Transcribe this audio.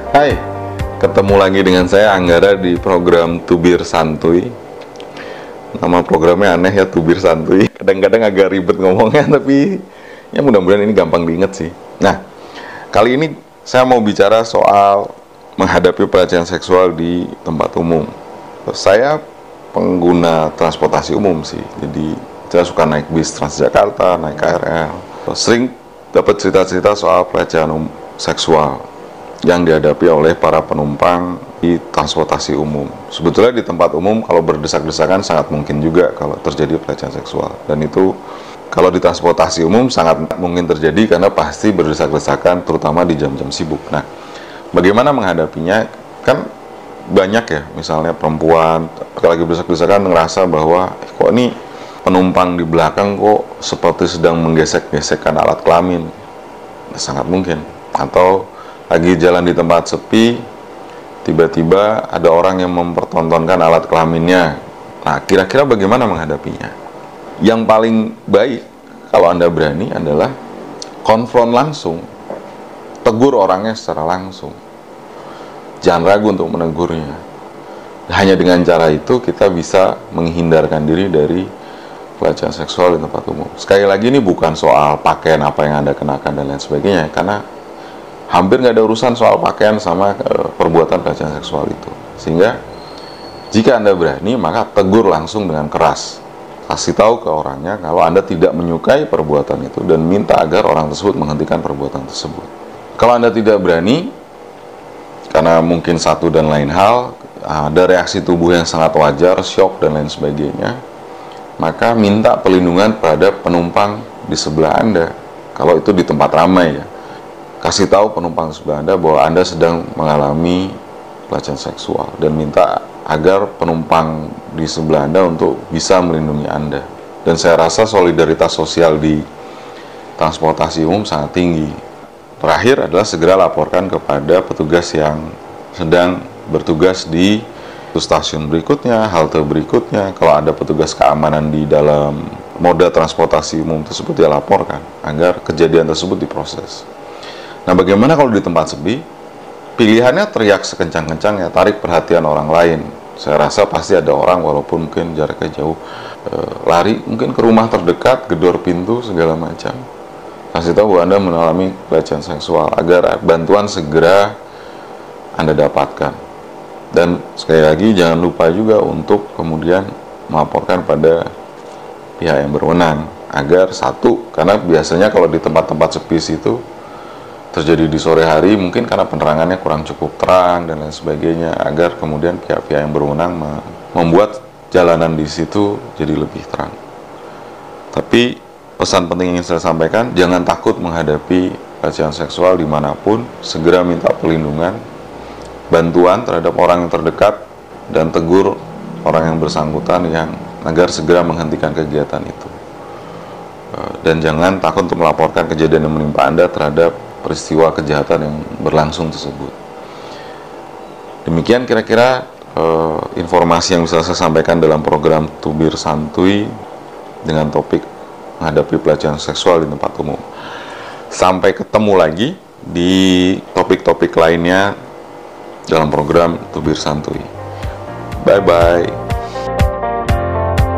Hai, ketemu lagi dengan saya Anggara di program Tubir Santuy. Nama programnya aneh ya, Tubir Santuy. Kadang-kadang agak ribet ngomongnya, tapi ya mudah-mudahan ini gampang diinget sih. Nah, kali ini saya mau bicara soal menghadapi pelecehan seksual di tempat umum. Saya pengguna transportasi umum sih, jadi saya suka naik bis Transjakarta, naik KRL. Sering dapat cerita-cerita soal pelecehan seksual yang dihadapi oleh para penumpang di transportasi umum. Sebetulnya di tempat umum kalau berdesak-desakan sangat mungkin juga kalau terjadi pelecehan seksual. Dan itu kalau di transportasi umum sangat mungkin terjadi karena pasti berdesak-desakan terutama di jam-jam sibuk. Nah, bagaimana menghadapinya? Kan banyak ya, misalnya perempuan kalau lagi berdesak-desakan ngerasa bahwa kok ini penumpang di belakang kok seperti sedang menggesek-gesekkan alat kelamin. Sangat mungkin. Atau lagi jalan di tempat sepi, tiba-tiba ada orang yang mempertontonkan alat kelaminnya. Nah, kira-kira bagaimana menghadapinya? Yang paling baik, kalau Anda berani, adalah konfront langsung. Tegur orangnya secara langsung. Jangan ragu untuk menegurnya. Hanya dengan cara itu, kita bisa menghindarkan diri dari pelecehan seksual di tempat umum. Sekali lagi, ini bukan soal pakaian apa yang Anda kenakan dan lain sebagainya, karena hampir nggak ada urusan soal pakaian sama perbuatan pelecehan seksual itu. Sehingga jika Anda berani, maka tegur langsung dengan keras. Kasih tahu ke orangnya kalau Anda tidak menyukai perbuatan itu dan minta agar orang tersebut menghentikan perbuatan tersebut. Kalau Anda tidak berani, karena mungkin satu dan lain hal, ada reaksi tubuh yang sangat wajar, shock dan lain sebagainya, maka minta perlindungan pada penumpang di sebelah Anda. Kalau itu di tempat ramai ya. Kasih tahu penumpang sebelah Anda bahwa Anda sedang mengalami pelecehan seksual dan minta agar penumpang di sebelah Anda untuk bisa melindungi Anda. Dan saya rasa solidaritas sosial di transportasi umum sangat tinggi. Terakhir adalah segera laporkan kepada petugas yang sedang bertugas di stasiun berikutnya, halte berikutnya. Kalau ada petugas keamanan di dalam moda transportasi umum tersebut, ya laporkan agar kejadian tersebut diproses. Nah, bagaimana kalau di tempat sepi? Pilihannya teriak sekencang-kencangnya, tarik perhatian orang lain. Saya rasa pasti ada orang, walaupun mungkin jaraknya jauh, lari mungkin ke rumah terdekat, gedor pintu, segala macam. Kasih tahu bahwa Anda mengalami pelecehan seksual, agar bantuan segera Anda dapatkan. Dan sekali lagi, jangan lupa juga untuk kemudian melaporkan pada pihak yang berwenang, agar satu, karena biasanya kalau di tempat-tempat sepi itu terjadi di sore hari, mungkin karena penerangannya kurang cukup terang dan lain sebagainya, agar kemudian pihak-pihak yang berwenang membuat jalanan di situ jadi lebih terang. Tapi pesan penting yang saya sampaikan, jangan takut menghadapi pelecehan seksual dimanapun, segera minta perlindungan, bantuan terhadap orang yang terdekat, dan tegur orang yang bersangkutan yang agar segera menghentikan kegiatan itu. Dan jangan takut untuk melaporkan kejadian yang menimpa Anda terhadap peristiwa kejahatan yang berlangsung tersebut. Demikian kira-kira informasi yang bisa saya sampaikan dalam program Tubir Santuy dengan topik menghadapi pelecehan seksual di tempat umum. Sampai ketemu lagi di topik-topik lainnya dalam program Tubir Santuy. Bye-bye.